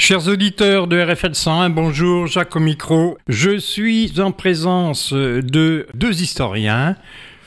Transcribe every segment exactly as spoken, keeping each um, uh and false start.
Chers auditeurs de R F L cent un, bonjour, Jacques au micro. Je suis en présence de deux historiens,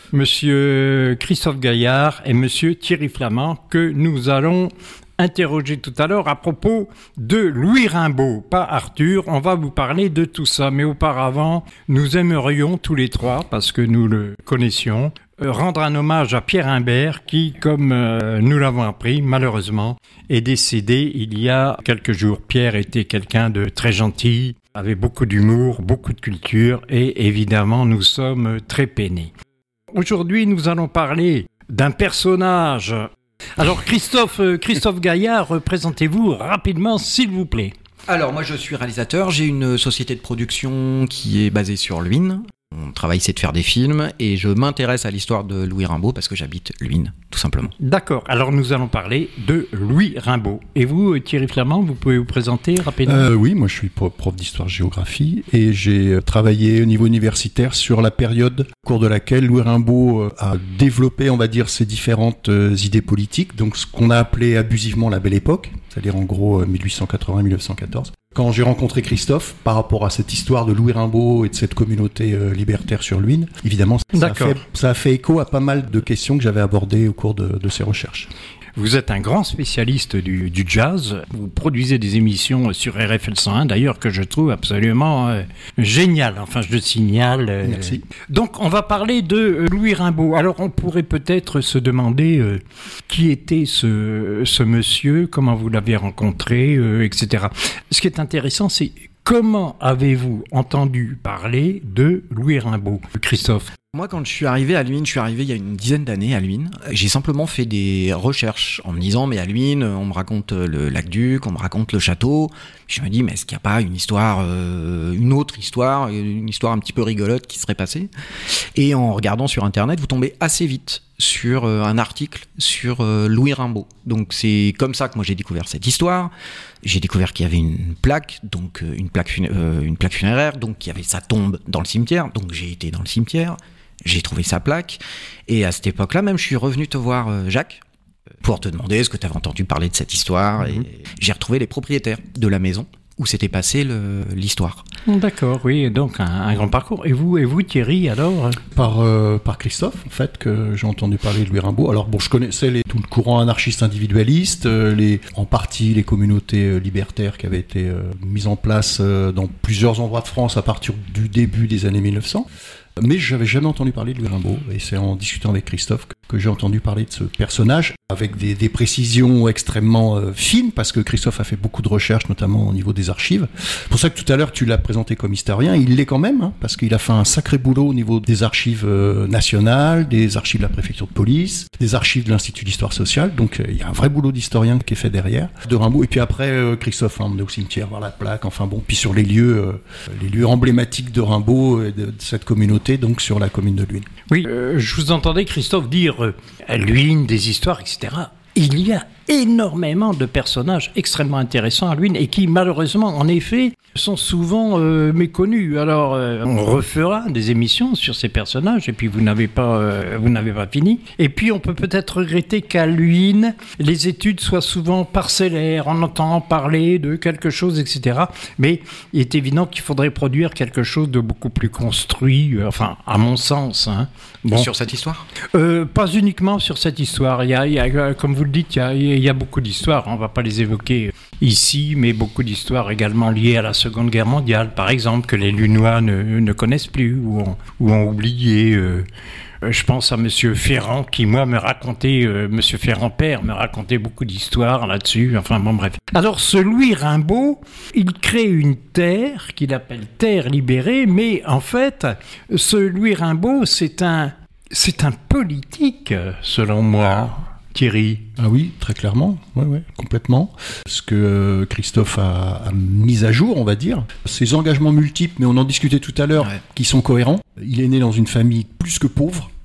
Monsieur Christophe Gaillard et Monsieur Thierry Flamand, que nous allons interroger tout à l'heure à propos de Louis Rimbaud, pas Arthur. On va vous parler de tout ça, mais auparavant, nous aimerions tous les trois, parce que nous le connaissions, rendre un hommage à Pierre Imbert qui, comme euh, nous l'avons appris, malheureusement, est décédé il y a quelques jours. Pierre était quelqu'un de très gentil, avait beaucoup d'humour, beaucoup de culture et évidemment, nous sommes très peinés. Aujourd'hui, nous allons parler d'un personnage. Alors Christophe, Christophe Gaillard, présentez-vous rapidement, s'il vous plaît. Alors moi je suis réalisateur, j'ai une société de production qui est basée sur Luynes. Mon travail c'est de faire des films et je m'intéresse à l'histoire de Louis Rimbaud parce que j'habite Luynes, tout simplement. D'accord, alors nous allons parler de Louis Rimbaud. Et vous, Thierry Flamand, vous pouvez vous présenter rapidement ? euh, Oui, moi je suis prof d'histoire-géographie et j'ai travaillé au niveau universitaire sur la période au cours de laquelle Louis Rimbaud a développé, on va dire, ses différentes idées politiques, donc ce qu'on a appelé abusivement la Belle Époque, c'est-à-dire en gros mille huit cent quatre-vingts à mille neuf cent quatorze. Quand j'ai rencontré Christophe, par rapport à cette histoire de Louis Rimbaud et de cette communauté euh, libertaire sur Luynes, évidemment, ça a, fait, ça a fait écho à pas mal de questions que j'avais abordées au cours de, de ces recherches. Vous êtes un grand spécialiste du, du jazz. Vous produisez des émissions sur R F L cent un, d'ailleurs, que je trouve absolument euh, géniales. Enfin, je le signale. Euh, Merci. Donc, on va parler de euh, Louis Rimbaud. Alors, on pourrait peut-être se demander euh, qui était ce, ce monsieur, comment vous l'avez rencontré, euh, et cetera. Ce qui est intéressant, c'est comment avez-vous entendu parler de Louis Rimbaud, Christophe ? Moi, quand je suis arrivé à Luynes, je suis arrivé il y a une dizaine d'années à Luynes. J'ai simplement fait des recherches en me disant, mais à Luynes, on me raconte le Lac-Duc, on me raconte le château. Je me dis, mais est-ce qu'il n'y a pas une histoire, euh, une autre histoire, une histoire un petit peu rigolote qui serait passée ? Et en regardant sur Internet, vous tombez assez vite sur euh, un article sur euh, Louis Rimbaud. Donc c'est comme ça que moi j'ai découvert cette histoire. J'ai découvert qu'il y avait une plaque, donc euh, une plaque fun- euh, une plaque funéraire, donc il y avait sa tombe dans le cimetière. Donc j'ai été dans le cimetière. J'ai trouvé sa plaque, et à cette époque-là même, je suis revenu te voir, euh, Jacques, pour te demander est-ce que tu avais entendu parler de cette histoire, mmh. Et j'ai retrouvé les propriétaires de la maison où s'était passée le, l'histoire. D'accord, oui, donc un, un grand parcours. Et vous, et vous Thierry, alors ? Par, euh, par Christophe, en fait, que j'ai entendu parler de Louis Rimbaud. Alors bon, je connaissais les, tout le courant anarchiste individualiste, euh, les, en partie les communautés euh, libertaires qui avaient été euh, mises en place euh, dans plusieurs endroits de France à partir du début des années mille neuf cents. Mais je n'avais jamais entendu parler de Louis Rimbaud, et c'est en discutant avec Christophe que, que j'ai entendu parler de ce personnage, avec des, des précisions extrêmement euh, fines, parce que Christophe a fait beaucoup de recherches, notamment au niveau des archives. C'est pour ça que tout à l'heure, tu l'as présenté comme historien, il l'est quand même, hein, parce qu'il a fait un sacré boulot au niveau des archives euh, nationales, des archives de la préfecture de police, des archives de l'Institut d'histoire sociale, donc euh, il y a un vrai boulot d'historien qui est fait derrière, de Rimbaud. Et puis après, euh, Christophe l'a emmené au cimetière, voir la plaque, enfin bon, puis sur les lieux, euh, les lieux emblématiques de Rimbaud et de, de cette communauté, donc sur la commune de Luynes. Oui, euh, je vous entendais, Christophe, dire euh, Luynes, des histoires, et cetera. Il y a énormément de personnages extrêmement intéressants à Luynes et qui, malheureusement, en effet, sont souvent euh, méconnus. Alors, euh, on refera des émissions sur ces personnages et puis vous n'avez pas, euh, vous n'avez pas fini. Et puis, on peut peut-être regretter qu'à Luynes, les études soient souvent parcellaires. On entend parler de quelque chose, et cetera. Mais il est évident qu'il faudrait produire quelque chose de beaucoup plus construit, euh, enfin, à mon sens. Hein. Bon. Sur cette histoire ? euh, Pas uniquement sur cette histoire. Il y a, il y a, comme vous le dites, il y a, il y a beaucoup d'histoires. On ne va pas les évoquer ici, mais beaucoup d'histoires également liées à la Seconde Guerre mondiale, par exemple, que les Lunois ne, ne connaissent plus ou ont, ou ont oublié. Euh, je pense à Monsieur Ferrand qui, moi, me racontait, euh, Monsieur Ferrand père, me racontait beaucoup d'histoires là-dessus. Enfin, bon, bref. Alors, ce Louis Rimbaud, il crée une terre qu'il appelle Terre libérée, mais en fait, ce Louis Rimbaud, c'est un, c'est un politique, selon moi. Thierry. Ah oui, très clairement, ouais, ouais, complètement. Ce que Christophe a, a mis à jour, on va dire, ses engagements multiples, mais on en discutait tout à l'heure, ouais. Qui sont cohérents. Il est né dans une famille plus que pauvre. À Tours ?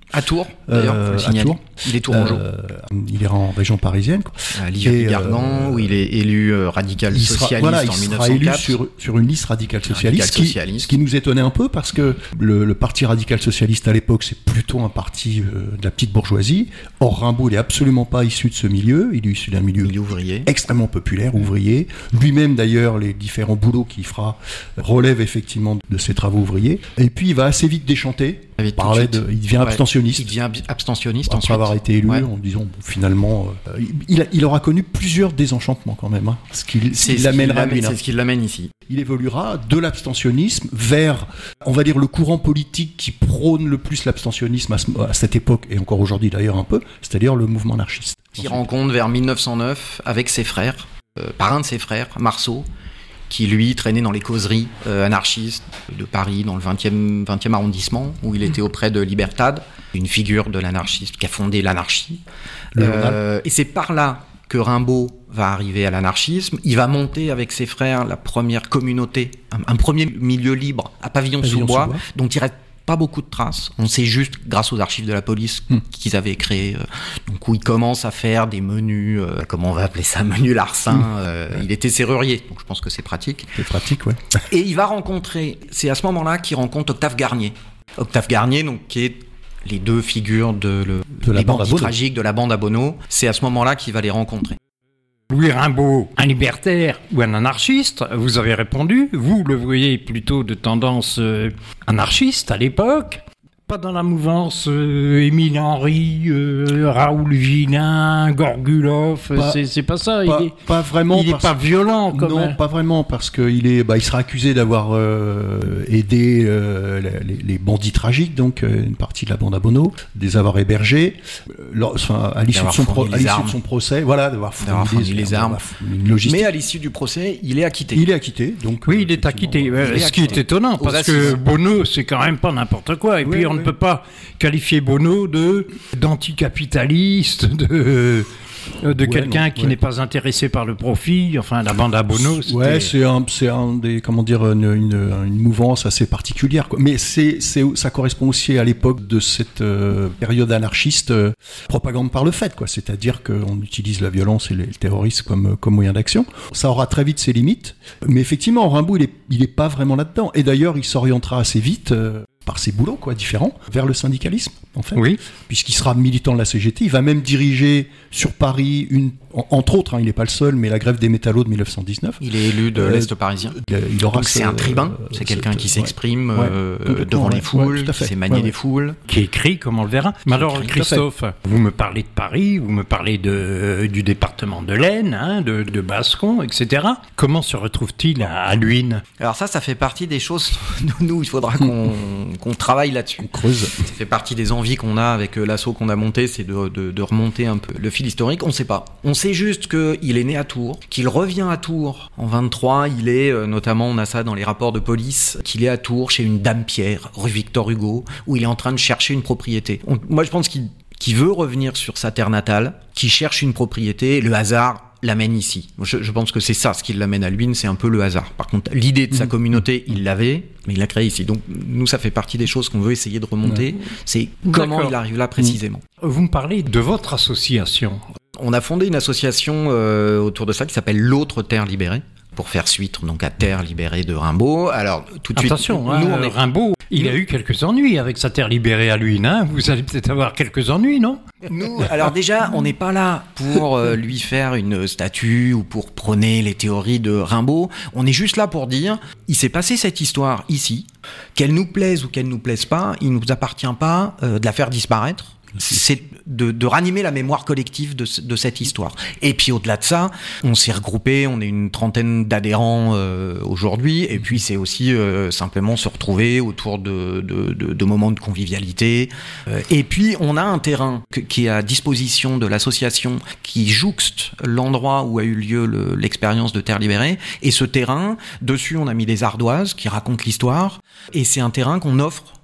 d'ailleurs, euh, faut le à signaler. Tours. Il est tourangeau. Euh, il est en région parisienne. Quoi. À Livry-Gargan, euh, où il est élu euh, radical il sera, socialiste voilà, en il mille neuf sera cent élu quatre. sur, sur une liste radicale socialiste, Radical ce qui, socialiste. ce qui nous étonnait un peu parce que le, le parti radical socialiste à l'époque, c'est plutôt un parti euh, de la petite bourgeoisie. Or, Rimbaud, il n'est absolument pas issu de ce milieu. Il est issu d'un milieu Il est ouvrier. extrêmement populaire, ouvrier. Lui-même, d'ailleurs, les différents boulots qu'il fera relèvent effectivement de ses travaux ouvriers. Et puis, il va assez vite déchanter. Vite, Il, parlait tout de de, suite. il devient Ouais. abstentionniste. Il devient ab- abstentionniste Après ensuite. avoir été élu, Ouais. en disant bon, finalement, euh, il, a- il aura connu plusieurs désenchantements quand même. Hein, ce qui, ce C'est qui ce qui l'amènera l'amène- lui, hein. c'est ce qui l'amène ici. Il évoluera de l'abstentionnisme vers, on va dire, le courant politique qui prône le plus l'abstentionnisme à, ce- à cette époque, et encore aujourd'hui d'ailleurs un peu, c'est-à-dire le mouvement anarchiste. Qui rencontre vers mille neuf cent neuf avec ses frères, euh, par un de ses frères, Marceau, qui lui traînait dans les causeries euh, anarchistes de Paris, dans le vingtième, vingtième arrondissement, où il était auprès de Libertad, une figure de l'anarchiste qui a fondé l'anarchie. Le Euh, et c'est par là que Rimbaud va arriver à l'anarchisme. Il va monter avec ses frères la première communauté, un, un premier milieu libre à Pavillon-sous-Bois, Pavillon-sous-Bois. dont il reste pas beaucoup de traces. On sait juste, grâce aux archives de la police Hmm. qu'ils avaient créées, euh, donc où il commence à faire des menus, euh, comment on va appeler ça, menus larcins. Hmm. euh, il était serrurier, donc je pense que c'est pratique. C'est pratique, ouais. Et il va rencontrer, c'est à ce moment-là qu'il rencontre Octave Garnier. Octave Garnier, donc qui est les deux figures de, le, De la les bande à bandits Bono. tragiques de la bande à Bono. C'est à ce moment-là qu'il va les rencontrer. Louis Rimbaud, un libertaire ou un anarchiste? Vous avez répondu. Vous le voyez plutôt de tendance euh, anarchiste à l'époque. Pas dans la mouvance euh, Émile Henry, euh, Raoul Villain, Gorgulov. Pas- c'est, c'est pas ça. Pas, il est, pas vraiment. il est parce- pas violent quand Non, même. pas vraiment, parce qu'il est, bah, il sera accusé d'avoir euh, aidé euh, les, les bandits tragiques, donc euh, une partie de la bande à Bono, de les avoir hébergés. Euh, lors- enfin, à l'issue, de D'avoir son, fourni pro- les à l'issue armes. de son procès, voilà, d'avoir fourni, D'avoir fourni les armes. d'avoir fourni une logistique. Mais à l'issue du procès, il est acquitté. Il est acquitté, donc. Oui, euh, il est acquitté. effectivement, Ouais, il est ce qui est acquitté. étonnant, Aux parce que assises. Bono, c'est quand même pas n'importe quoi. Et Oui, puis, on oui. ne peut pas qualifier Bono de d'anticapitaliste, de de Ouais, quelqu'un non, qui ouais. n'est pas intéressé par le profit. Enfin, la bande à Bono, c'était... Ouais, c'est un, c'est un des, comment dire, une, une, une mouvance assez particulière, quoi. Mais c'est, c'est, ça correspond aussi à l'époque de cette euh, période anarchiste, euh, propagande par le fait, quoi. C'est-à-dire qu'on utilise la violence et le terrorisme comme, comme moyen d'action. Ça aura très vite ses limites. Mais effectivement, Rimbaud, il est, il est pas vraiment là-dedans. Et d'ailleurs, il s'orientera assez vite, euh, par ses boulots, quoi, différents, vers le syndicalisme, en fait. Oui. Puisqu'il sera militant de la C G T, il va même diriger sur Paris une, en- entre autres, hein, il n'est pas le seul, mais la grève des métallos de mille neuf cent dix-neuf. Il est élu de Euh, l'Est parisien. Il, il aura Donc c'est ce- un tribun, c'est cette- quelqu'un qui ouais. s'exprime Ouais, euh, complètement, devant ouais, les foules, ouais, tout à qui fait. sait manier Ouais, ouais. les foules. Qui écrit, comme on le verra. Mais alors, écrit, Christophe, vous me parlez de Paris, vous me parlez de, du département de l'Aisne, hein, de, de Bascon, et cetera. Comment se retrouve-t-il à, à Luynes? Alors ça, ça fait partie des choses, nous, nous, il faudra qu'on qu'on travaille là-dessus. On creuse. Ça fait partie des envies qu'on a avec euh, l'assaut qu'on a monté, c'est de, de, de remonter un peu le fil historique. On sait pas. On sait juste qu'il est né à Tours, qu'il revient à Tours en vingt-trois. Il est, euh, notamment, on a ça dans les rapports de police, qu'il est à Tours chez une dame Pierre, rue Victor Hugo, où il est en train de chercher une propriété. On- moi, je pense qu'il qu'il veut revenir sur sa terre natale, qu'il cherche une propriété. Le hasard l'amène ici. Je, je pense que c'est ça, ce qui l'amène à Luynes, c'est un peu le hasard. Par contre, l'idée de sa communauté, il l'avait, mais il l'a créée ici. Donc, nous, ça fait partie des choses qu'on veut essayer de remonter. C'est comment D'accord. il arrive là précisément. Vous me parlez de votre association. On a fondé une association euh, autour de ça qui s'appelle l'Autre Terre Libérée, pour faire suite donc à Terre Libérée de Rimbaud. Alors, tout de suite, Attention, nous, hein, on est... Rimbaud, il a eu quelques ennuis avec sa terre libérée à Luynes. Hein. Vous allez peut-être avoir quelques ennuis, non? Nous, alors déjà, on n'est pas là pour euh, lui faire une statue ou pour prôner les théories de Rimbaud. On est juste là pour dire, il s'est passé cette histoire ici, qu'elle nous plaise ou qu'elle nous plaise pas, il nous appartient pas euh, de la faire disparaître. C'est de, de ranimer la mémoire collective de, de cette histoire. Et puis au-delà de ça, on s'est regroupé, on est une trentaine d'adhérents euh, aujourd'hui, et puis c'est aussi euh, simplement se retrouver autour de, de, de, de moments de convivialité. Euh, et puis on a un terrain que, qui est à disposition de l'association, qui jouxte l'endroit où a eu lieu le, l'expérience de Terre Libérée. Et ce terrain, dessus on a mis des ardoises qui racontent l'histoire, et c'est un terrain qu'on offre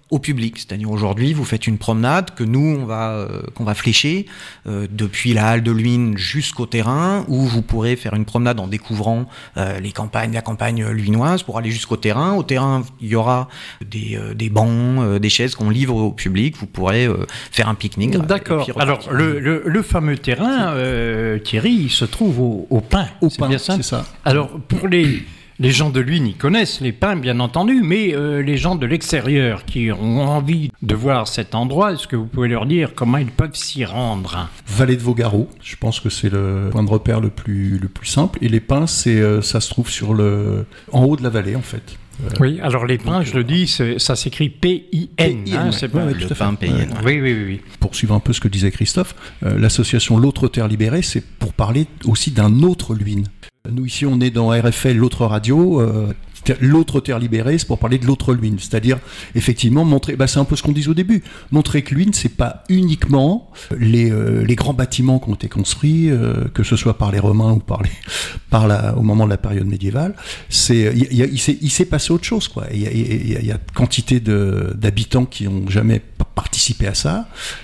au public. C'est-à-dire aujourd'hui, vous faites une promenade que nous, on va, euh, qu'on va flécher euh, depuis la halle de Luynes jusqu'au terrain, où vous pourrez faire une promenade en découvrant euh, les campagnes, la campagne luynoise pour aller jusqu'au terrain. Au terrain, il y aura des, euh, des bancs, euh, des chaises qu'on livre au public. Vous pourrez euh, faire un pique-nique. D'accord. Alors, le, le, le fameux terrain, euh, Thierry, il se trouve au, au Pin. Au c'est Pin, bien ça c'est ça. Alors, pour les... Les gens de Luynes, ils connaissent les pins, bien entendu, mais euh, les gens de l'extérieur qui ont envie de voir cet endroit, est-ce que vous pouvez leur dire comment ils peuvent s'y rendre ? Vallée de Vaugaro, je pense que c'est le point de repère le plus, le plus simple. Et les pins, c'est, euh, ça se trouve sur le, en haut de la vallée, en fait. Euh, oui, alors les pins, je le dis, c'est, ça s'écrit P I N. P I N, hein, ouais. c'est pas Ouais, le pain P I N. Ouais. Oui, oui, oui, oui. Pour suivre un peu ce que disait Christophe, euh, l'association L'Autre Terre Libérée, c'est pour parler aussi d'un autre Luynes. Nous, ici, on est dans R F L, l'autre radio. Euh, L'autre Terre Libérée, c'est pour parler de l'autre Luynes. C'est-à-dire, effectivement, montrer, bah, c'est un peu ce qu'on disait au début, montrer que Luynes, c'est pas uniquement les, euh, les grands bâtiments qui ont été construits, euh, que ce soit par les Romains ou par les, par la, au moment de la période médiévale. C'est, y a, y a, il, s'est, il s'est passé autre chose, quoi. Il y a, y a, y a quantité de, d'habitants qui ont jamais participé à ça,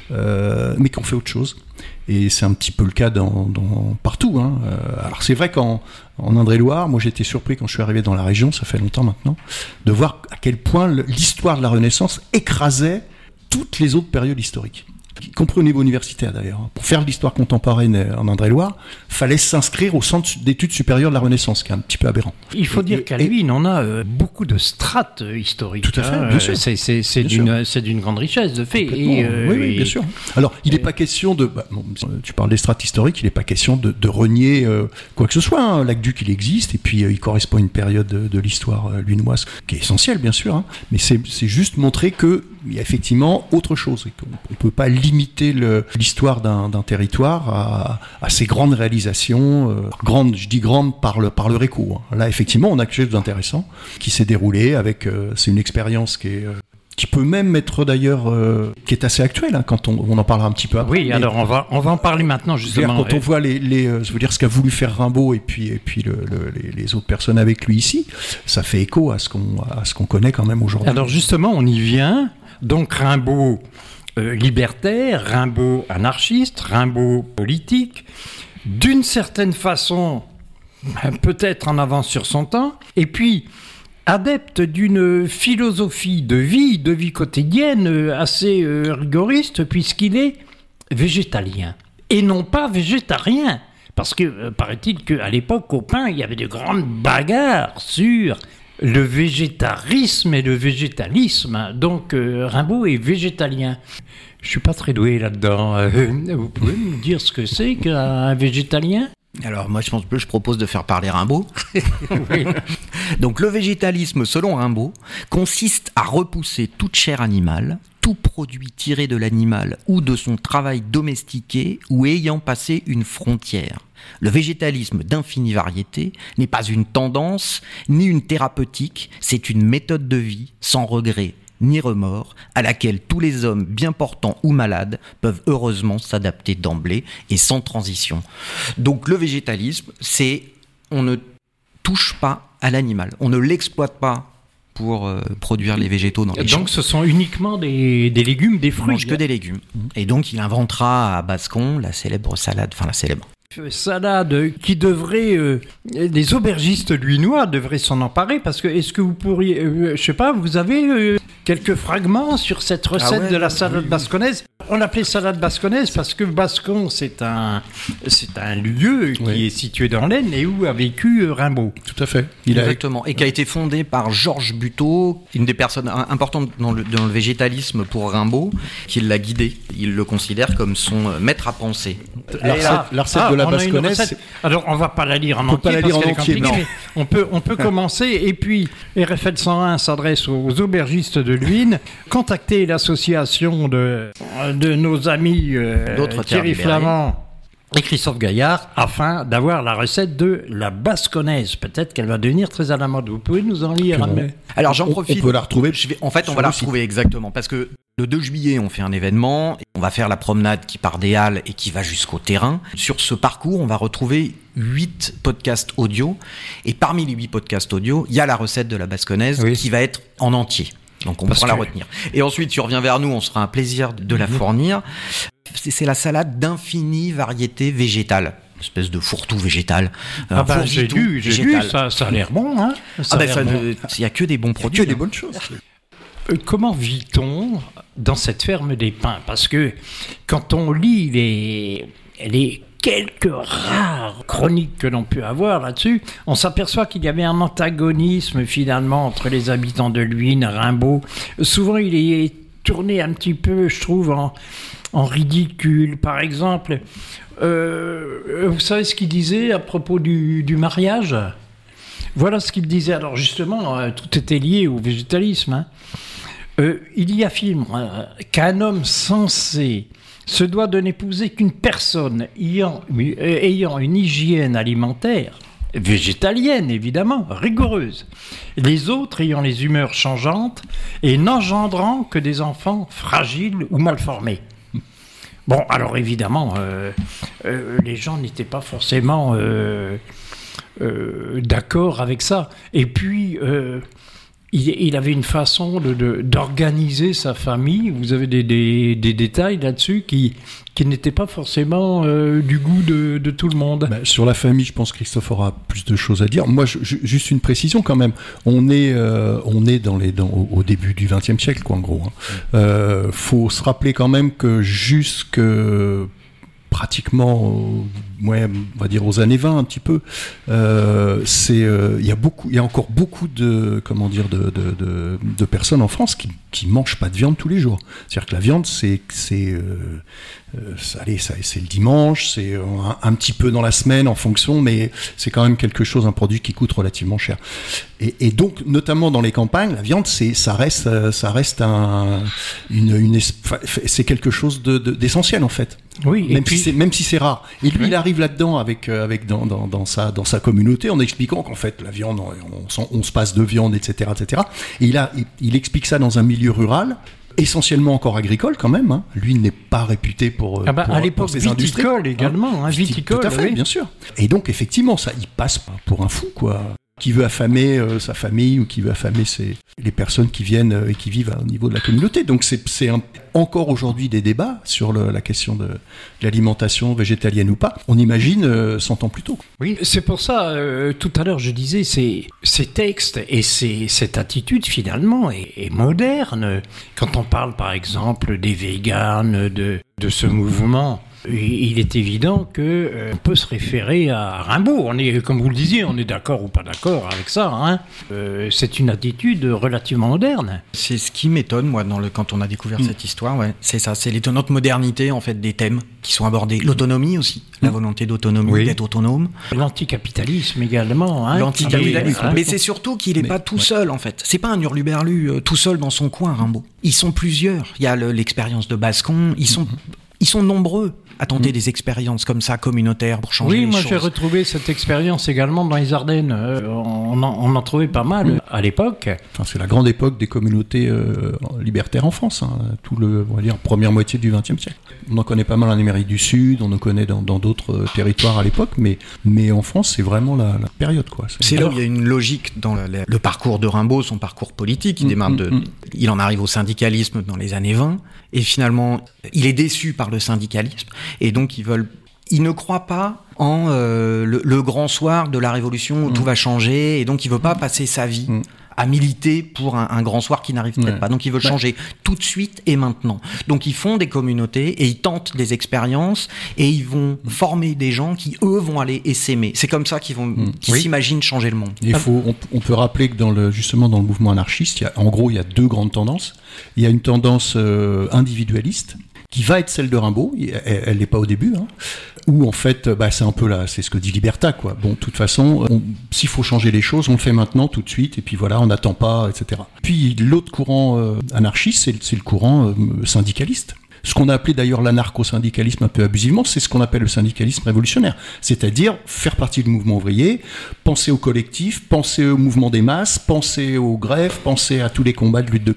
euh, mais qui ont fait autre chose. Et c'est un petit peu le cas dans, dans, partout. Hein. Euh, alors c'est vrai qu'en en Indre-et-Loire, moi j'étais surpris quand je suis arrivé dans la région, ça fait longtemps maintenant, de voir à quel point l'histoire de la Renaissance écrasait toutes les autres périodes historiques. Y compris au niveau universitaire d'ailleurs. Pour faire de l'histoire contemporaine en Indre-et-Loire, fallait s'inscrire au centre d'études supérieures de la Renaissance, qui est un petit peu aberrant. Il faut et, dire et, qu'à Luynes, on a euh, beaucoup de strates euh, historiques. Tout à fait, hein. bien sûr. C'est, c'est, c'est, bien d'une, sûr. c'est d'une grande richesse de fait. Et, euh, oui, oui, bien sûr. Alors, il n'est pas question de... Bah, bon, tu parles des strates historiques, il n'est pas question de, de renier euh, quoi que ce soit. Hein. L'aqueduc, il existe, et puis euh, il correspond à une période de, de l'histoire euh, luynoise qui est essentielle, bien sûr. Hein. Mais c'est, c'est juste montrer qu'il y a effectivement autre chose. On ne peut pas limiter le, l'histoire d'un, d'un territoire à, à ces grandes réalisations, euh, grandes, je dis grandes par le, par le réco. Hein. Là, effectivement, on a quelque chose d'intéressant qui s'est déroulé avec... Euh, c'est une expérience qui est... Euh, qui peut même être d'ailleurs, euh, qui est assez actuelle, hein, quand on, on en parlera un petit peu après. Oui, alors on va, on va en parler maintenant justement. Quand on voit les, les euh, je veux dire ce qu'a voulu faire Rimbaud et puis, et puis le, le, les, les autres personnes avec lui ici, ça fait écho à ce qu'on, à ce qu'on connaît quand même aujourd'hui. Alors justement, on y vient. Donc Rimbaud euh, libertaire, Rimbaud anarchiste, Rimbaud politique, d'une certaine façon, peut-être en avance sur son temps, et puis adepte d'une philosophie de vie, de vie quotidienne assez euh, rigoriste, puisqu'il est végétalien, et non pas végétarien. Parce que, euh, paraît-il qu'à l'époque, au Pin, il y avait de grandes bagarres sur le végétarisme et le végétalisme. Donc, euh, Rimbaud est végétalien. Je suis pas très doué là-dedans. Euh, vous pouvez me dire ce que c'est qu'un végétalien ? Alors moi je pense que je propose de faire parler Rimbaud. Oui. Donc le végétalisme selon Rimbaud consiste à repousser toute chair animale, tout produit tiré de l'animal ou de son travail domestiqué ou ayant passé une frontière. Le végétalisme d'infinie variété n'est pas une tendance ni une thérapeutique, c'est une méthode de vie sans regret ni remords, à laquelle tous les hommes bien portants ou malades peuvent heureusement s'adapter d'emblée et sans transition. Donc le végétalisme, c'est on ne touche pas à l'animal, on ne l'exploite pas pour euh, produire les végétaux dans les champs. Donc ce sont uniquement des, des légumes, des fruits. On mange que des légumes. Et donc il inventera à Bascon la célèbre salade, enfin la célèbre. Salade qui devrait, euh, les aubergistes luynois devraient s'en emparer, parce que est-ce que vous pourriez, euh, je sais pas, vous avez euh, quelques fragments sur cette recette ah ouais, de la salade oui, basconnaise. On l'appelait salade basconnaise parce que Bascon c'est un, c'est un lieu qui oui. est situé dans l'Aisne et où a vécu Rimbaud. Tout à fait. Il Exactement. A... Et qui a été fondé par Georges Buteau, une des personnes importantes dans le, dans le végétalisme pour Rimbaud, qui l'a guidé. Il le considère comme son maître à penser. La recette, la recette ah, de la basconnaise. Alors on va pas la lire en entier parce qu'elle est compliquée, mais on peut, on peut commencer. Et puis R F L cent un s'adresse aux aubergistes de Luynes. Contactez l'association de, de nos amis euh, Thierry Flamand et Christophe Gaillard afin d'avoir la recette de la basconnaise. Peut-être qu'elle va devenir très à la mode. Vous pouvez nous en lire. Mais... Alors j'en profite. On peut la retrouver. Je vais, en fait, on va la retrouver exactement parce que le deux juillet, on fait un événement. On va faire la promenade qui part des Halles et qui va jusqu'au terrain. Sur ce parcours, on va retrouver huit podcasts audio. Et parmi les huit podcasts audio, il y a la recette de la basconnaise oui. qui va être en entier. Donc on Parce pourra que... la retenir. Et ensuite, tu reviens vers nous, on sera un plaisir de la fournir. C'est, c'est la salade d'infinies variétés végétales. Une espèce de fourre-tout végétal. Ah bah, j'ai lu, j'ai lu, ça, ça a l'air bon. Hein, ça ah bah, il bon. n'y a que des bons produits. Que hein. des hein. bonnes choses. Euh, comment vit-on dans cette ferme des pins ? Parce que quand on lit les, les quelques rares chroniques que l'on peut avoir là-dessus, on s'aperçoit qu'il y avait un antagonisme finalement entre les habitants de Luynes, Rimbaud. Souvent, il est tourné un petit peu, je trouve, en, en ridicule. Par exemple, euh, vous savez ce qu'il disait à propos du, du mariage ? Voilà ce qu'il disait. Alors justement, euh, tout était lié au végétalisme. Hein. Euh, il y affirme euh, qu'un homme censé se doit de n'épouser qu'une personne ayant, euh, ayant une hygiène alimentaire, végétalienne évidemment, rigoureuse, les autres ayant les humeurs changeantes et n'engendrant que des enfants fragiles ou mal formés. Bon, alors évidemment, euh, euh, les gens n'étaient pas forcément euh, euh, d'accord avec ça. Et puis... Euh, Il, il avait une façon de, de, d'organiser sa famille. Vous avez des, des, des détails là-dessus qui, qui n'étaient pas forcément euh, du goût de, de tout le monde. Bah, sur la famille, je pense que Christophe aura plus de choses à dire. Moi, je, je, juste une précision quand même. On est, euh, on est dans les, dans, au, au début du vingtième siècle, quoi, en gros. Hein. Euh, faut se rappeler quand même que jusque... pratiquement, euh, ouais, on va dire aux années vingt un petit peu, euh, c'est, euh, il y a beaucoup, il y a encore beaucoup de, comment dire, de, de, de, de personnes en France qui, qui mangent pas de viande tous les jours. C'est-à-dire que la viande, c'est, c'est, euh, euh, allez, ça, c'est le dimanche, c'est un, un petit peu dans la semaine en fonction, mais c'est quand même quelque chose, un produit qui coûte relativement cher. Et, et donc, notamment dans les campagnes, la viande, c'est, ça reste, ça reste un, une, une, c'est quelque chose de, de, d'essentiel en fait. Oui, même, et puis... si c'est, même si c'est rare. Et lui, oui. il arrive là-dedans avec, euh, avec dans, dans, dans, sa, dans sa communauté en expliquant qu'en fait, la viande, on, on, on se passe de viande, et cetera, et cetera. Et il, a, il, il explique ça dans un milieu rural, essentiellement encore agricole quand même. Hein. Lui, il n'est pas réputé pour, ah bah, pour à l'époque, pour ses viticole industries. également. Hein, viticole, tout à fait, oui. bien sûr. Et donc, effectivement, ça, il passe pour un fou, quoi. Qui veut affamer euh, sa famille ou qui veut affamer ses, les personnes qui viennent euh, et qui vivent au niveau de la communauté. Donc c'est, c'est un, encore aujourd'hui des débats sur le, la question de, de l'alimentation végétalienne ou pas. On imagine euh, cent ans plus tôt. Oui, c'est pour ça, euh, tout à l'heure je disais, ces, ces textes et ces, cette attitude finalement est, est moderne. Quand on parle par exemple des véganes, de, de ce mouvement... Il est évident qu'on euh, peut se référer à Rimbaud. On est, comme vous le disiez, on est d'accord ou pas d'accord avec ça. Hein. Euh, c'est une attitude relativement moderne. C'est ce qui m'étonne, moi, dans le, quand on a découvert mmh. cette histoire. Ouais. C'est ça, c'est l'étonnante modernité en fait des thèmes qui sont abordés. L'autonomie aussi, mmh. la volonté d'autonomie, oui. d'être autonome. L'anticapitalisme également. Hein, L'anticapitalisme. Hein. Mais c'est surtout qu'il n'est pas tout ouais. seul en fait. C'est pas un hurluberlu euh, tout seul dans son coin, Rimbaud. Ils sont plusieurs. Il y a le, l'expérience de Bascon. Ils sont, mmh. ils sont nombreux à tenter mmh. des expériences comme ça, communautaires, pour changer oui, les choses. Oui, moi choses. j'ai retrouvé cette expérience également dans les Ardennes. Euh, on, en, on en trouvait pas mal mmh. à l'époque. Enfin, c'est la grande époque des communautés euh, libertaires en France, hein, tout le, on va dire, première moitié du vingtième siècle. On en connaît pas mal en Amérique du Sud, on en connaît dans, dans d'autres euh, territoires à l'époque, mais, mais en France, c'est vraiment la, la période, quoi. C'est, c'est là où il y a une logique dans le, le parcours de Rimbaud, son parcours politique. Il, mmh, démarre de, mmh. il en arrive au syndicalisme dans les années vingt, et finalement, il est déçu par le syndicalisme. Et donc, ils veulent, ils ne croient pas en euh, le, le grand soir de la Révolution où mmh. tout va changer, et donc il veut pas passer sa vie mmh. à militer pour un, un grand soir qui n'arrive peut-être ouais. pas. Donc ils veulent ouais. changer tout de suite et maintenant. Donc ils font des communautés et ils tentent des expériences et ils vont mmh. former des gens qui eux vont aller essaimer. C'est comme ça qu'ils vont, mmh. qu'ils oui. s'imaginent changer le monde. Il faut, on, on peut rappeler que dans le, justement dans le mouvement anarchiste, il y a, en gros il y a deux grandes tendances. Il y a une tendance euh, individualiste qui va être celle de Rimbaud, elle n'est pas au début, hein, où en fait, bah, c'est un peu là, c'est ce que dit Libertat, quoi. Bon, de toute façon, on, s'il faut changer les choses, on le fait maintenant, tout de suite, et puis voilà, on n'attend pas, et cetera. Puis l'autre courant euh, anarchiste, c'est, c'est le courant euh, syndicaliste. Ce qu'on a appelé d'ailleurs l'anarcho-syndicalisme un peu abusivement, c'est ce qu'on appelle le syndicalisme révolutionnaire. C'est-à-dire faire partie du mouvement ouvrier, penser au collectif, penser au mouvement des masses, penser aux grèves, penser à tous les combats de lutte de classe. En fait.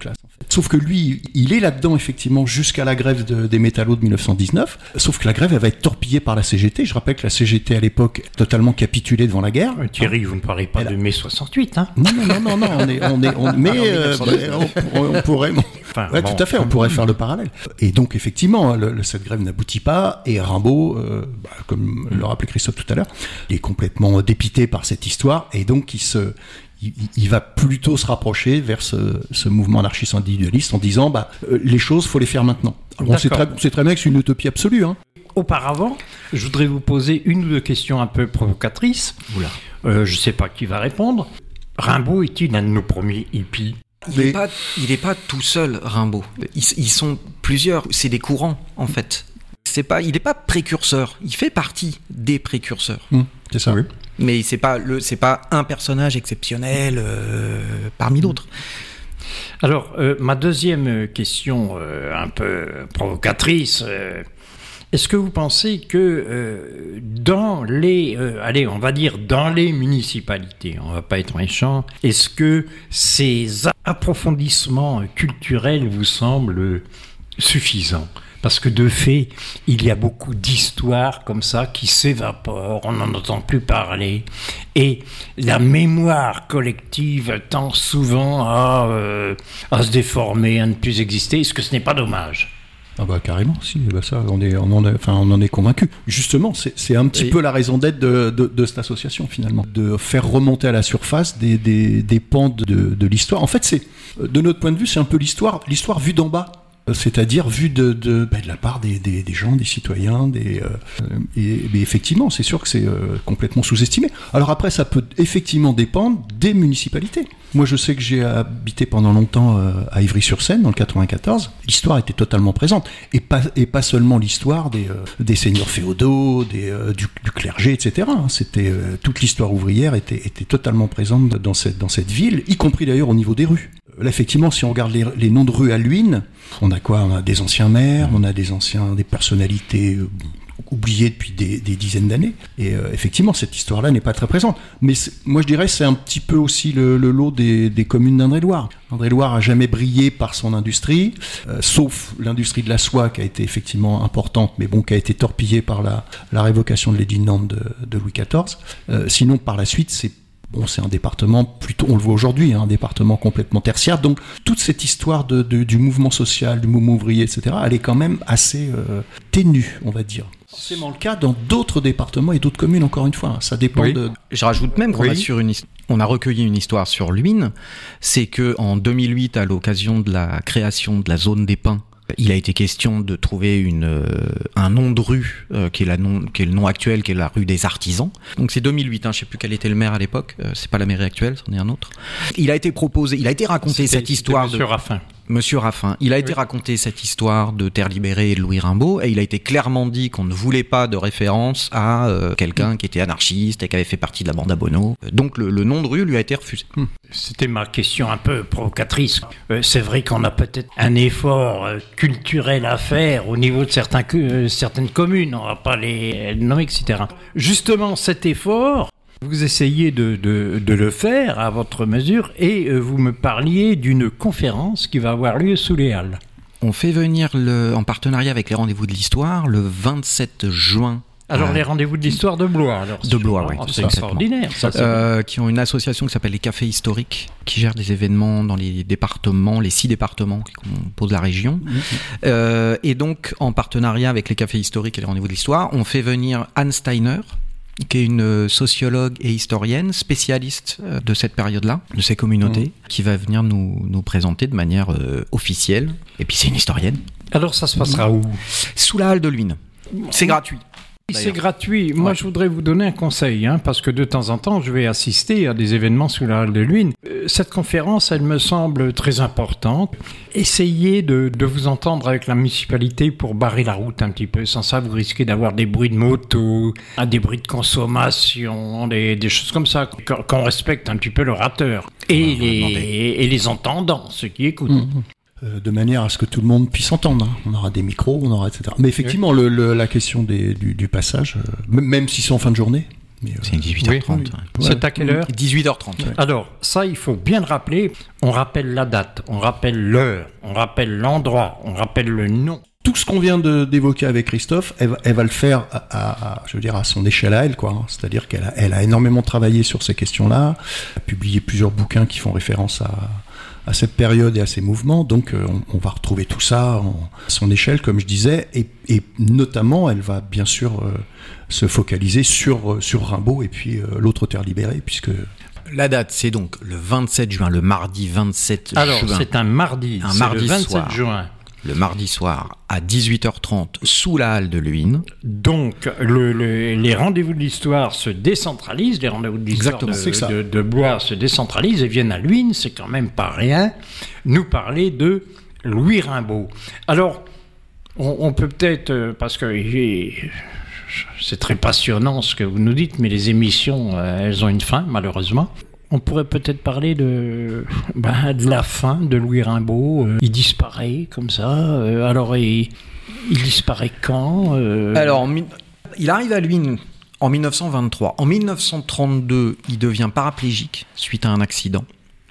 Sauf que lui, il est là-dedans, effectivement, jusqu'à la grève de, des métallos de dix-neuf cent dix-neuf. Sauf que la grève, elle va être torpillée par la C G T. Je rappelle que la C G T, à l'époque, totalement capitulée devant la guerre. Euh, Thierry, vous ne parlez pas Elle de a- mai soixante-huit, hein? Non, non, non, non, non, on est, on est, on, mais euh, bah, on, on pourrait, Enfin, ouais, bon. tout à fait, on pourrait faire le parallèle. Et donc, effectivement, le, le- cette grève n'aboutit pas, et Rimbaud, euh, bah, comme le rappelait Christophe tout à l'heure, il est complètement dépité par cette histoire, et donc il se, il, il va plutôt se rapprocher vers ce, ce mouvement anarchiste individualiste en disant, bah, euh, les choses, faut les faire maintenant. Alors, on sait très, on sait très bien que c'est une utopie absolue, hein. Auparavant, je voudrais vous poser une ou deux questions un peu provocatrices. Oula. Euh, je ne sais pas qui va répondre. Rimbaud est-il un de nos premiers hippies? Il n'est pas, il est pas tout seul, Rimbaud. Ils, ils sont plusieurs. C'est des courants, en fait. C'est pas, il n'est pas précurseur. Il fait partie des précurseurs. Hum, c'est ça, oui. Mais c'est pas le, c'est pas un personnage exceptionnel euh, parmi d'autres. Alors, euh, ma deuxième question, euh, un peu provocatrice, euh, est-ce que vous pensez que euh, dans les, euh, allez, on va dire dans les municipalités, on va pas être méchant, est-ce que ces approfondissements culturels vous semblent suffisants? Parce que de fait, il y a beaucoup d'histoires comme ça qui s'évaporent, on n'en entend plus parler. Et la mémoire collective tend souvent à, euh, à se déformer, à ne plus exister. Est-ce que ce n'est pas dommage ? Ah bah carrément, si, bah ça, on, est, on, en est, enfin, on en est convaincu. Justement, c'est, c'est un petit Et... peu la raison d'être de, de, de cette association, finalement. De faire remonter à la surface des, des, des pans de, de l'histoire. En fait, c'est, de notre point de vue, c'est un peu l'histoire, l'histoire vue d'en bas. C'est-à-dire vue de, de, bah, de la part des, des, des gens, des citoyens, des, euh, et, et effectivement, c'est sûr que c'est euh, complètement sous-estimé. Alors après, ça peut effectivement dépendre des municipalités. Moi, je sais que j'ai habité pendant longtemps euh, à Ivry-sur-Seine, dans le quatre-vingt-quatorze. L'histoire était totalement présente, et pas, et pas seulement l'histoire des, euh, des seigneurs féodaux, des, euh, du, du clergé, et cetera. C'était euh, toute l'histoire ouvrière était, était totalement présente dans cette, dans cette ville, y compris d'ailleurs au niveau des rues. Là, effectivement, si on regarde les, les noms de rues à Luynes, on a quoi? On a des anciens maires, on a des anciens, des personnalités euh, oubliées depuis des, des dizaines d'années. Et euh, effectivement, cette histoire-là n'est pas très présente. Mais moi, je dirais, c'est un petit peu aussi le, le lot des, des communes d'Indre-et-Loire. Indre-et-Loire a jamais brillé par son industrie, euh, sauf l'industrie de la soie qui a été effectivement importante, mais bon, qui a été torpillée par la, la révocation de l'édit de Nantes de, de Louis quatorze. Euh, sinon, par la suite, c'est Bon, c'est un département plutôt, on le voit aujourd'hui, hein, un département complètement tertiaire. Donc, toute cette histoire de, de, du mouvement social, du mouvement ouvrier, et cetera, elle est quand même assez euh, ténue, on va dire. C'est le cas dans d'autres départements et d'autres communes, encore une fois. Ça dépend oui. de... Je rajoute même qu'on oui. a, sur une, on a recueilli une histoire sur Luynes. C'est qu'en deux mille huit, à l'occasion de la création de la zone des pins, il a été question de trouver une, euh, un nom de rue euh, qui, est la nom, qui est le nom actuel, qui est la rue des Artisans. Donc c'est deux mille huit, hein, je sais plus quel était le maire à l'époque, euh, c'est pas la mairie actuelle, c'en est un autre. Il a été proposé, il a été raconté C'était, cette histoire Monsieur de... Raffin. Monsieur Raffin, il a été oui. raconté cette histoire de Terre libérée et de Louis Rimbaud, et il a été clairement dit qu'on ne voulait pas de référence à euh, quelqu'un qui était anarchiste et qui avait fait partie de la bande à Bono. Donc le, le nom de rue lui a été refusé. C'était ma question un peu provocatrice. Euh, c'est vrai qu'on a peut-être un effort euh, culturel à faire au niveau de certains, euh, certaines communes, on ne va pas les nommer, et cetera. Justement, cet effort, vous essayez de, de, de le faire à votre mesure et euh, vous me parliez d'une conférence qui va avoir lieu sous les Halles. On fait venir, le, en partenariat avec les Rendez-vous de l'Histoire, le vingt-sept juin. Alors, euh, les Rendez-vous de l'Histoire de Blois. Alors, de Blois, oui. Oh, c'est extraordinaire. Ça, c'est euh, qui ont une association qui s'appelle les Cafés Historiques, qui gère des événements dans les départements, les six départements qui composent la région. Mmh. Euh, et donc, en partenariat avec les Cafés Historiques et les Rendez-vous de l'Histoire, on fait venir Anne Steiner, qui est une sociologue et historienne spécialiste de cette période-là, de ces communautés, mmh. qui va venir nous, nous présenter de manière euh, officielle. Et puis c'est une historienne. Alors ça se passera où ? Sous la halle de Luynes. C'est gratuit. C'est gratuit. Moi, ouais. je voudrais vous donner un conseil, hein, parce que de temps en temps, je vais assister à des événements sous la halle de Luynes. Euh, cette conférence, elle me semble très importante. Essayez de, de vous entendre avec la municipalité pour barrer la route un petit peu. Sans ça, vous risquez d'avoir des bruits de moto, des bruits de consommation, des, des choses comme ça, qu'on respecte un petit peu l'orateur. Et, les, et les entendants, ceux qui écoutent. Mmh. De manière à ce que tout le monde puisse entendre. Hein. On aura des micros, on aura et cetera. Mais effectivement, oui. le, le, la question des, du, du passage, euh, même si c'est en fin de journée, Mais, euh, C'est dix-huit heures trente. oui, ouais. C'est à quelle heure ? dix-huit heures trente. Ouais. Alors, ça, il faut bien le rappeler. On rappelle la date, on rappelle l'heure, on rappelle l'endroit, on rappelle le nom. Tout ce qu'on vient de, d'évoquer avec Christophe, elle va, elle va le faire à, à, à, je veux dire, à son échelle à elle, quoi. Hein. C'est-à-dire qu'elle a, elle a énormément travaillé sur ces questions-là, a publié plusieurs bouquins qui font référence à, à cette période et à ces mouvements. Donc, euh, on, on va retrouver tout ça en, à son échelle, comme je disais, et, et notamment, elle va bien sûr euh, se focaliser sur, sur Rimbaud et puis euh, l'autre terre libérée, puisque... La date, c'est donc le vingt-sept juin, le mardi vingt-sept Alors, juin. c'est un mardi, Un c'est mardi le vingt-sept soir. juin. Le mardi soir à dix-huit heures trente sous la halle de Luynes. Donc, le, le, les rendez-vous de l'histoire se décentralisent, les rendez-vous de l'histoire Exactement, c'est ça. de, de, de Blois se décentralisent et viennent à Luynes, c'est quand même pas rien, nous parler de Louis Rimbaud. Alors, on, on peut peut-être, euh, parce que j'ai- c'est très passionnant ce que vous nous dites, mais les émissions, euh, elles ont une fin, malheureusement. On pourrait peut-être parler de, ben, de la fin de Louis Rimbaud. Euh, il disparaît comme ça. Euh, alors, il, il disparaît quand euh, Alors, en mi- il arrive à Luynes en mille neuf cent vingt-trois. En mille neuf cent trente-deux, il devient paraplégique suite à un accident.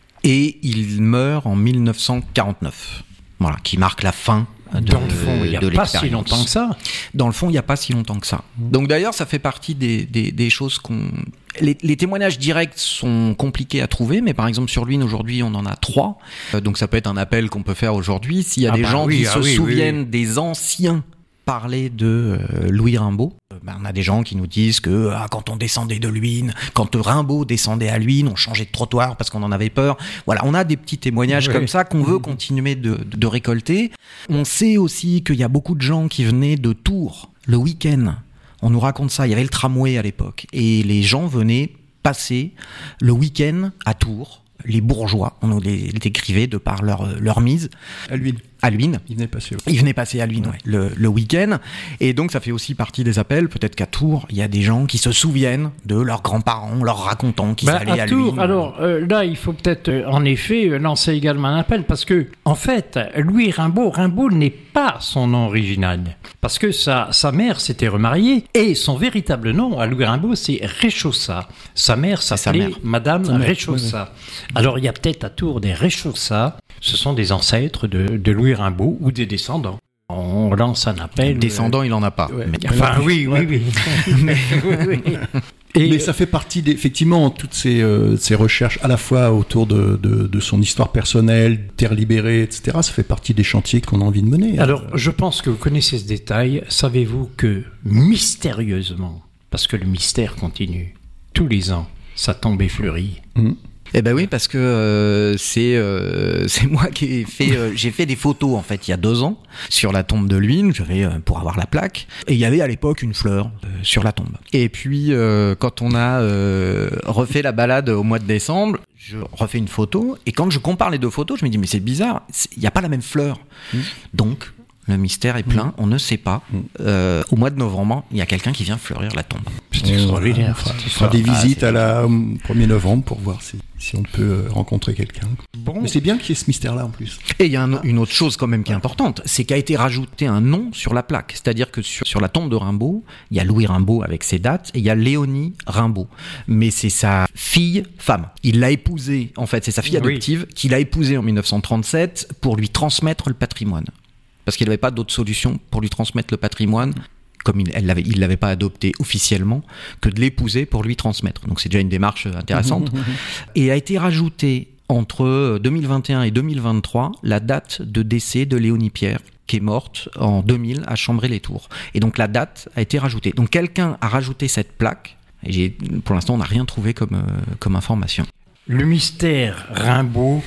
Et il meurt en mille neuf cent quarante-neuf. Voilà, qui marque la fin de, Dans le fond, il n'y a de pas si l'expérience. longtemps que ça. Dans le fond, il n'y a pas si longtemps que ça. Donc d'ailleurs, ça fait partie des, des, des choses qu'on... Les, les témoignages directs sont compliqués à trouver, mais par exemple sur Luynes, aujourd'hui, on en a trois. Euh, donc ça peut être un appel qu'on peut faire aujourd'hui. S'il y a Ah des bah gens oui, qui ah se oui, oui, souviennent oui. des anciens parler de euh, Louis Rimbaud, euh, ben, on a des gens qui nous disent que ah, quand on descendait de Luynes, quand Rimbaud descendait à Luynes, on changeait de trottoir parce qu'on en avait peur. Voilà, on a des petits témoignages Oui. comme ça qu'on veut continuer de, de, de récolter. On sait aussi qu'il y a beaucoup de gens qui venaient de Tours le week-end. On nous raconte ça, il y avait le tramway à l'époque. Et les gens venaient passer le week-end à Tours. Les bourgeois, on nous les décrivait de par leur, leur mise À lui, à Luynes. il venait passer. Ils venaient passer à Luynes ouais, le, le week-end. Et donc, ça fait aussi partie des appels. Peut-être qu'à Tours, il y a des gens qui se souviennent de leurs grands-parents, leur racontant qu'ils Ben, allaient à, à Tours, Luynes. alors euh, là, il faut peut-être euh, en effet euh, lancer également un appel parce que, en fait, Louis Rimbaud, Rimbaud n'est pas son nom original parce que sa, sa mère s'était remariée et son véritable nom à Louis Rimbaud, c'est Réchaussat. Sa mère sa s'appelait mère. Madame Sa mère, Réchaussat. Alors, il y a peut-être à Tours des Réchaussats. Ce sont des ancêtres de, de Louis Rimbaud ou des descendants. On lance un appel. Descendant, il en a pas. Ouais. Mais- Enfin, oui, oui, oui. Mais, oui, oui. Et, Mais ça fait partie, des, effectivement, toutes ces, euh, ces recherches, à la fois autour de, de, de son histoire personnelle, terre libérée, et cetera. Ça fait partie des chantiers qu'on a envie de mener. Alors, je pense que vous connaissez ce détail. Savez-vous que, mystérieusement, parce que le mystère continue, tous les ans, sa tombe est fleurie. Mmh. Eh ben oui, parce que euh, c'est euh, c'est moi qui ai fait euh, j'ai fait des photos en fait il y a deux ans sur la tombe de Luynes, j'avais euh, pour avoir la plaque et il y avait à l'époque une fleur euh, sur la tombe. Et puis euh, quand on a euh, refait la balade au mois de décembre, je refais une photo et quand je compare les deux photos, je me dis mais c'est bizarre, c'est- il n'y a pas la même fleur. Mmh. Donc le mystère est plein, on ne sait pas. Euh, au mois de novembre, il y a quelqu'un qui vient fleurir la tombe. C'est Et extraordinaire. voilà, on fera, cette on fera histoire. des Ah, visites c'est à la au premier novembre pour voir si, si on peut euh, rencontrer quelqu'un. Bon, Mais c'est bien qu'il y ait ce mystère-là en plus. Et il y a un- une autre chose quand même qui est importante, c'est qu'a été rajouté un nom sur la plaque. C'est-à-dire que sur, sur la tombe de Rimbaud, il y a Louis Rimbaud avec ses dates et il y a Léonie Rimbaud. Mais c'est sa fille femme. Il l'a épousée, en fait, c'est sa fille Oui. adoptive qu'il a épousée en mille neuf cent trente-sept pour lui transmettre le patrimoine. Parce qu'il n'avait pas d'autre solution pour lui transmettre le patrimoine, comme il ne l'avait, il l'avait pas adopté officiellement, que de l'épouser pour lui transmettre. Donc c'est déjà une démarche intéressante. Et a été rajoutée entre deux mille vingt et un et deux mille vingt-trois la date de décès de Léonie Pierre, qui est morte en deux mille à Chambray-les-Tours. Et donc la date a été rajoutée. Donc quelqu'un a rajouté cette plaque, et j'ai, pour l'instant on n'a rien trouvé comme, euh, comme information. le mystère Rimbaud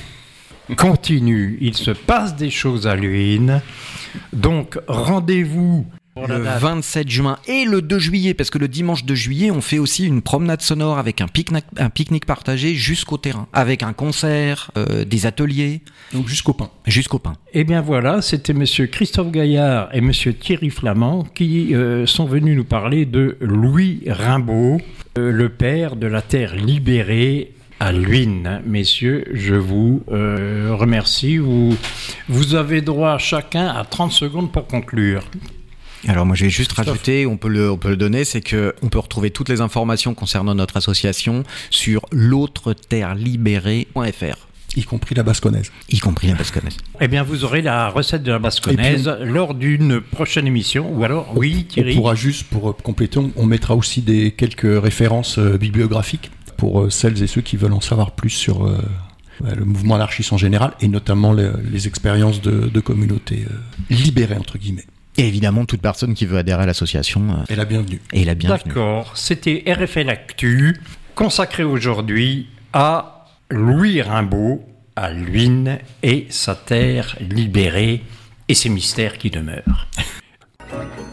continue. Il se passe des choses à Luynes. Donc, rendez-vous pour la Le date. vingt-sept juin et le deux juillet, parce que le dimanche deux juillet, on fait aussi une promenade sonore avec un pique-nique, un pique-nique partagé jusqu'au terrain, avec un concert, euh, des ateliers, Donc jusqu'au pain. jusqu'au pain. Eh bien voilà, c'était monsieur Christophe Gaillard et monsieur Thierry Flamand qui euh, sont venus nous parler de Louis Rimbaud, euh, le père de la terre libérée à Luynes. Messieurs, je vous euh, remercie. Vous, vous avez droit chacun à trente secondes pour conclure. Alors moi, je vais juste rajouter, on peut le, on peut le donner, c'est que on peut retrouver toutes les informations concernant notre association sur l'autre terre libérée point f r. Y compris la basconnaise. Y compris la basconnaise. Eh bien, vous aurez la recette de la basconnaise on... lors d'une prochaine émission. Ou alors, on, oui, Thierry. On pourra juste, pour compléter, on, on mettra aussi des, quelques références euh, bibliographiques pour euh, celles et ceux qui veulent en savoir plus sur euh, le mouvement anarchiste en général, et notamment les, les expériences de, de communautés euh, libérées, entre guillemets. Et évidemment, toute personne qui veut adhérer à l'association euh, est la bienvenue. Est la bienvenue. D'accord. C'était R F L Actu, consacré aujourd'hui à Louis Rimbaud, à Luynes et sa terre libérée et ses mystères qui demeurent.